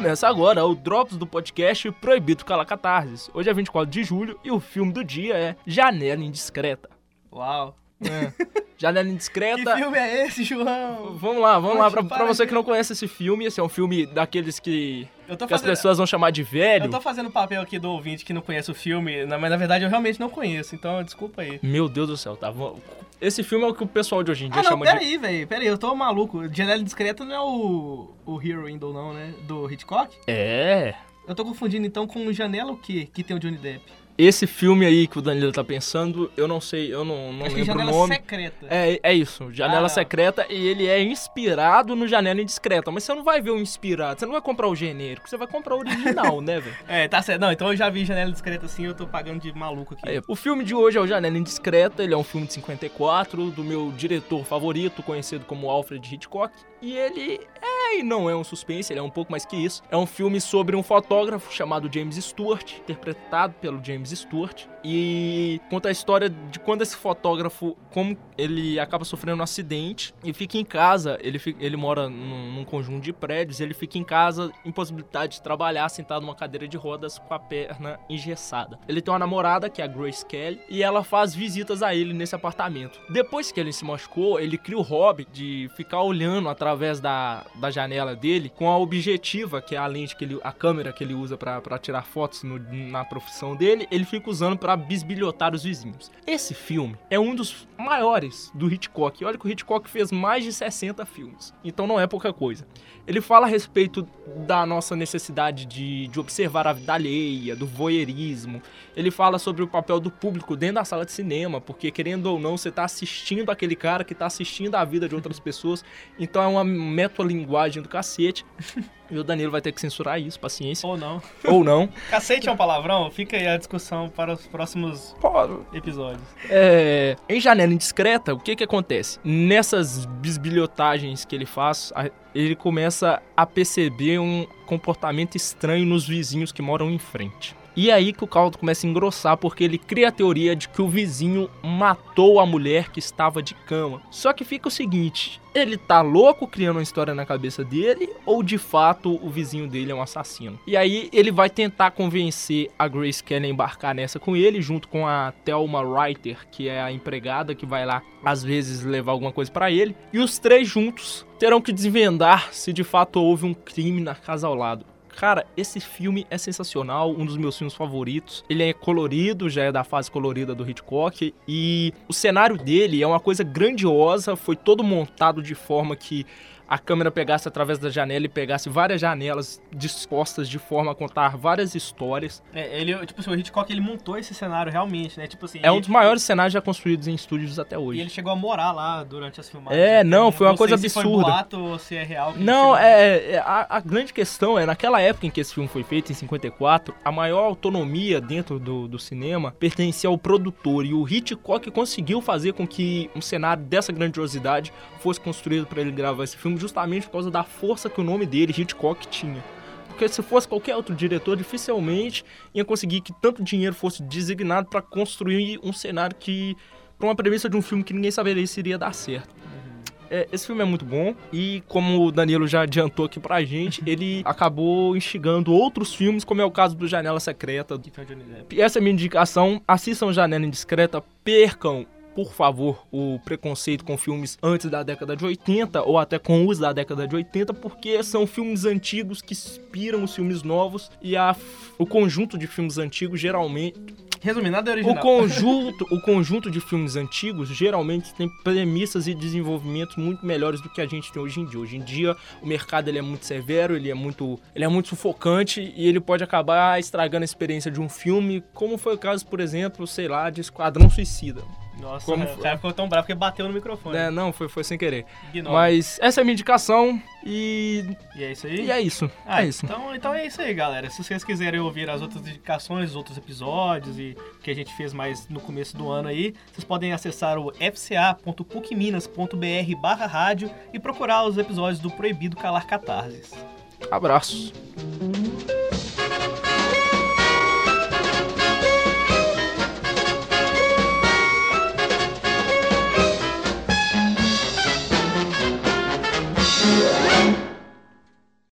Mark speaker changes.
Speaker 1: Começa agora o Drops do podcast Proibido Calar Catarses. Hoje é 24 de julho e o filme do dia é Janela Indiscreta.
Speaker 2: Uau.
Speaker 1: Janela Indiscreta.
Speaker 2: Que filme é esse, João?
Speaker 1: Vamos lá. Pra você que não conhece esse filme, esse é um filme daqueles que as pessoas vão chamar de velho.
Speaker 2: Eu tô fazendo o papel aqui do ouvinte que não conhece o filme, mas na verdade eu realmente não conheço, então desculpa aí.
Speaker 1: Meu Deus do céu, tá? Esse filme é o que o pessoal de hoje em dia chama
Speaker 2: de... Peraí, eu tô maluco. Janela Indiscreta não é o Hero Window não, né? Do Hitchcock?
Speaker 1: É.
Speaker 2: Eu tô confundindo então com Janela o quê? Que tem o Johnny Depp.
Speaker 1: Esse filme aí que o Danilo tá pensando, eu não sei, eu não lembro o nome.
Speaker 2: Janela Secreta.
Speaker 1: É isso, Janela Secreta, e ele é inspirado no Janela Indiscreta. Mas você não vai ver o inspirado, você não vai comprar o genérico, você vai comprar o original, né, velho?
Speaker 2: Tá certo. Não, então eu já vi Janela Indiscreta assim, eu tô pagando de maluco aqui.
Speaker 1: O filme de hoje é o Janela Indiscreta, ele é um filme de 54, do meu diretor favorito, conhecido como Alfred Hitchcock. E ele e não é um suspense, ele é um pouco mais que isso. É um filme sobre um fotógrafo chamado James Stewart, interpretado pelo James Stewart. E conta a história de quando esse fotógrafo, como ele acaba sofrendo um acidente e fica em casa. Ele mora num conjunto de prédios, ele fica em casa, impossibilidade de trabalhar, sentado numa cadeira de rodas com a perna engessada. Ele tem uma namorada, que é a Grace Kelly, e ela faz visitas a ele nesse apartamento. Depois que ele se machucou, ele cria o hobby de ficar olhando através da janela dele com a objetiva, que é a lente a câmera que ele usa pra tirar fotos na profissão dele, ele fica usando pra bisbilhotar os vizinhos. Esse filme é um dos maiores do Hitchcock. Olha que o Hitchcock fez mais de 60 filmes, então não é pouca coisa. Ele fala a respeito da nossa necessidade de observar a vida alheia, do voyeurismo. Ele fala sobre o papel do público dentro da sala de cinema, porque querendo ou não, você tá assistindo aquele cara que tá assistindo a vida de outras pessoas, então é uma metalinguagem do cacete. E o Danilo vai ter que censurar isso, paciência.
Speaker 2: Ou não.
Speaker 1: Ou não.
Speaker 2: Cacete é um palavrão? Fica aí a discussão para os próximos episódios.
Speaker 1: Em Janela Indiscreta, o que acontece? Nessas bisbilhotagens que ele faz, ele começa a perceber um comportamento estranho nos vizinhos que moram em frente. E aí que o caldo começa a engrossar, porque ele cria a teoria de que o vizinho matou a mulher que estava de cama. Só que fica o seguinte, ele tá louco criando uma história na cabeça dele, ou de fato o vizinho dele é um assassino? E aí ele vai tentar convencer a Grace Kelly a embarcar nessa com ele, junto com a Thelma Reiter, que é a empregada que vai lá às vezes levar alguma coisa pra ele. E os três juntos terão que desvendar se de fato houve um crime na casa ao lado. Cara, esse filme é sensacional, um dos meus filmes favoritos. Ele é colorido, já é da fase colorida do Hitchcock, e o cenário dele é uma coisa grandiosa, foi todo montado de forma que a câmera pegasse através da janela e pegasse várias janelas dispostas de forma a contar várias histórias.
Speaker 2: O Hitchcock, ele montou esse cenário realmente, né? Tipo assim,
Speaker 1: é um dos maiores cenários já construídos em estúdios até hoje.
Speaker 2: E ele chegou a morar lá durante as filmagens.
Speaker 1: Foi uma coisa absurda.
Speaker 2: Se foi boato ou se é real.
Speaker 1: Não, a grande questão é, naquela época em que esse filme foi feito, em 54, a maior autonomia dentro do cinema pertencia ao produtor, e o Hitchcock conseguiu fazer com que um cenário dessa grandiosidade fosse construído para ele gravar esse filme, justamente por causa da força que o nome dele, Hitchcock, tinha. Porque se fosse qualquer outro diretor, dificilmente ia conseguir que tanto dinheiro fosse designado para construir um cenário que, para uma premissa de um filme que ninguém saberia se iria dar certo. Esse filme é muito bom, e como o Danilo já adiantou aqui pra gente, ele acabou instigando outros filmes, como é o caso do Janela Secreta. E essa é a minha indicação. Assistam Janela Indiscreta, percam, por favor, o preconceito com filmes antes da década de 80 ou até com os da década de 80, porque são filmes antigos que inspiram os filmes novos, e o conjunto de filmes antigos geralmente...
Speaker 2: Resumindo, nada é original.
Speaker 1: O conjunto de filmes antigos geralmente tem premissas e desenvolvimentos muito melhores do que a gente tem hoje em dia. Hoje em dia, o mercado ele é muito severo, ele é muito sufocante, e ele pode acabar estragando a experiência de um filme, como foi o caso, por exemplo, de Esquadrão Suicida.
Speaker 2: Nossa, o cara ficou tão bravo porque bateu no microfone.
Speaker 1: Não, foi sem querer.
Speaker 2: Ignora.
Speaker 1: Mas essa é a minha indicação
Speaker 2: e é isso aí?
Speaker 1: E é isso. É isso.
Speaker 2: Então é isso aí, galera. Se vocês quiserem ouvir as outras indicações, os outros episódios e que a gente fez mais no começo do ano aí, vocês podem acessar o fca.pucminas.br/rádio e procurar os episódios do Proibido Calar Catarses.
Speaker 1: Abraços.
Speaker 3: Yeah.